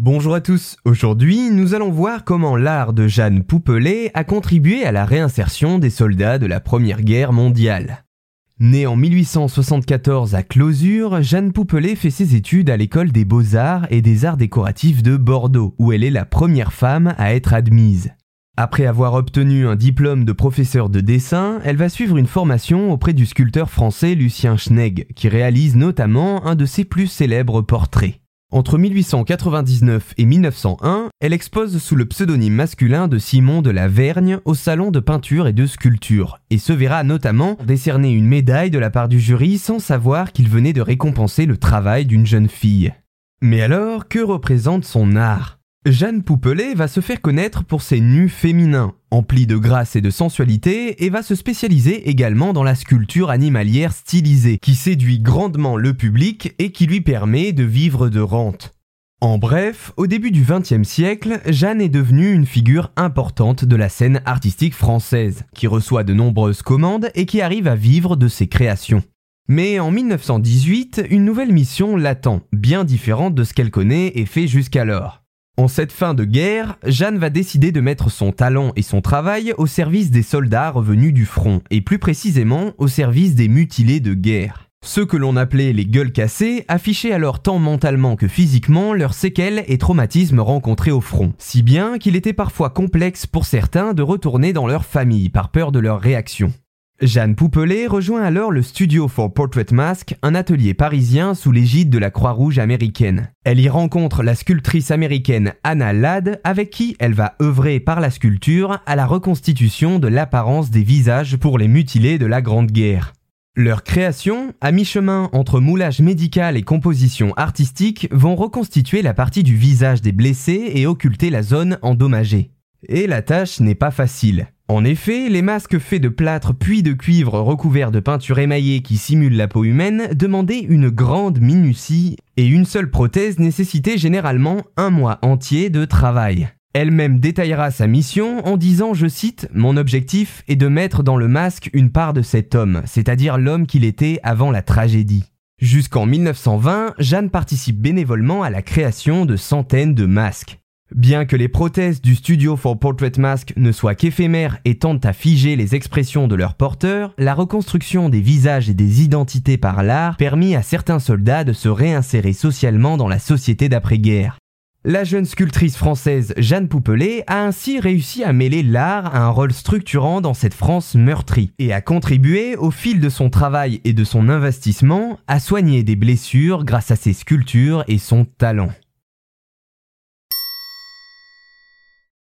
Bonjour à tous, aujourd'hui nous allons voir comment l'art de Jeanne Poupelet a contribué à la réinsertion des soldats de la Première Guerre mondiale. Née en 1874 à Closure, Jeanne Poupelet fait ses études à l'école des Beaux-Arts et des Arts décoratifs de Bordeaux, où elle est la première femme à être admise. Après avoir obtenu un diplôme de professeur de dessin, elle va suivre une formation auprès du sculpteur français Lucien Schnegg, qui réalise notamment un de ses plus célèbres portraits. Entre 1899 et 1901, elle expose sous le pseudonyme masculin de Simon de la Vergne au Salon de peinture et de sculpture, et se verra notamment décerner une médaille de la part du jury sans savoir qu'il venait de récompenser le travail d'une jeune fille. Mais alors, que représente son art ? Jeanne Poupelet va se faire connaître pour ses nus féminins, emplis de grâce et de sensualité, et va se spécialiser également dans la sculpture animalière stylisée, qui séduit grandement le public et qui lui permet de vivre de rente. En bref, au début du XXe siècle, Jeanne est devenue une figure importante de la scène artistique française, qui reçoit de nombreuses commandes et qui arrive à vivre de ses créations. Mais en 1918, une nouvelle mission l'attend, bien différente de ce qu'elle connaît et fait jusqu'alors. En cette fin de guerre, Jeanne va décider de mettre son talent et son travail au service des soldats revenus du front, et plus précisément au service des mutilés de guerre. Ceux que l'on appelait les gueules cassées affichaient alors tant mentalement que physiquement leurs séquelles et traumatismes rencontrés au front, si bien qu'il était parfois complexe pour certains de retourner dans leur famille par peur de leur réaction. Jeanne Poupelet rejoint alors le Studio for Portrait Mask, un atelier parisien sous l'égide de la Croix-Rouge américaine. Elle y rencontre la sculptrice américaine Anna Ladd, avec qui elle va œuvrer par la sculpture à la reconstitution de l'apparence des visages pour les mutilés de la Grande Guerre. Leurs créations, à mi-chemin entre moulage médical et composition artistique, vont reconstituer la partie du visage des blessés et occulter la zone endommagée. Et la tâche n'est pas facile. En effet, les masques faits de plâtre puis de cuivre recouverts de peinture émaillée qui simulent la peau humaine demandaient une grande minutie et une seule prothèse nécessitait généralement un mois entier de travail. Elle-même détaillera sa mission en disant, je cite, « Mon objectif est de mettre dans le masque une part de cet homme, c'est-à-dire l'homme qu'il était avant la tragédie. » Jusqu'en 1920, Jeanne participe bénévolement à la création de centaines de masques. Bien que les prothèses du Studio for Portrait Mask ne soient qu'éphémères et tentent à figer les expressions de leurs porteurs, la reconstruction des visages et des identités par l'art permit à certains soldats de se réinsérer socialement dans la société d'après-guerre. La jeune sculptrice française Jeanne Poupelet a ainsi réussi à mêler l'art à un rôle structurant dans cette France meurtrie et à contribuer, au fil de son travail et de son investissement, à soigner des blessures grâce à ses sculptures et son talent.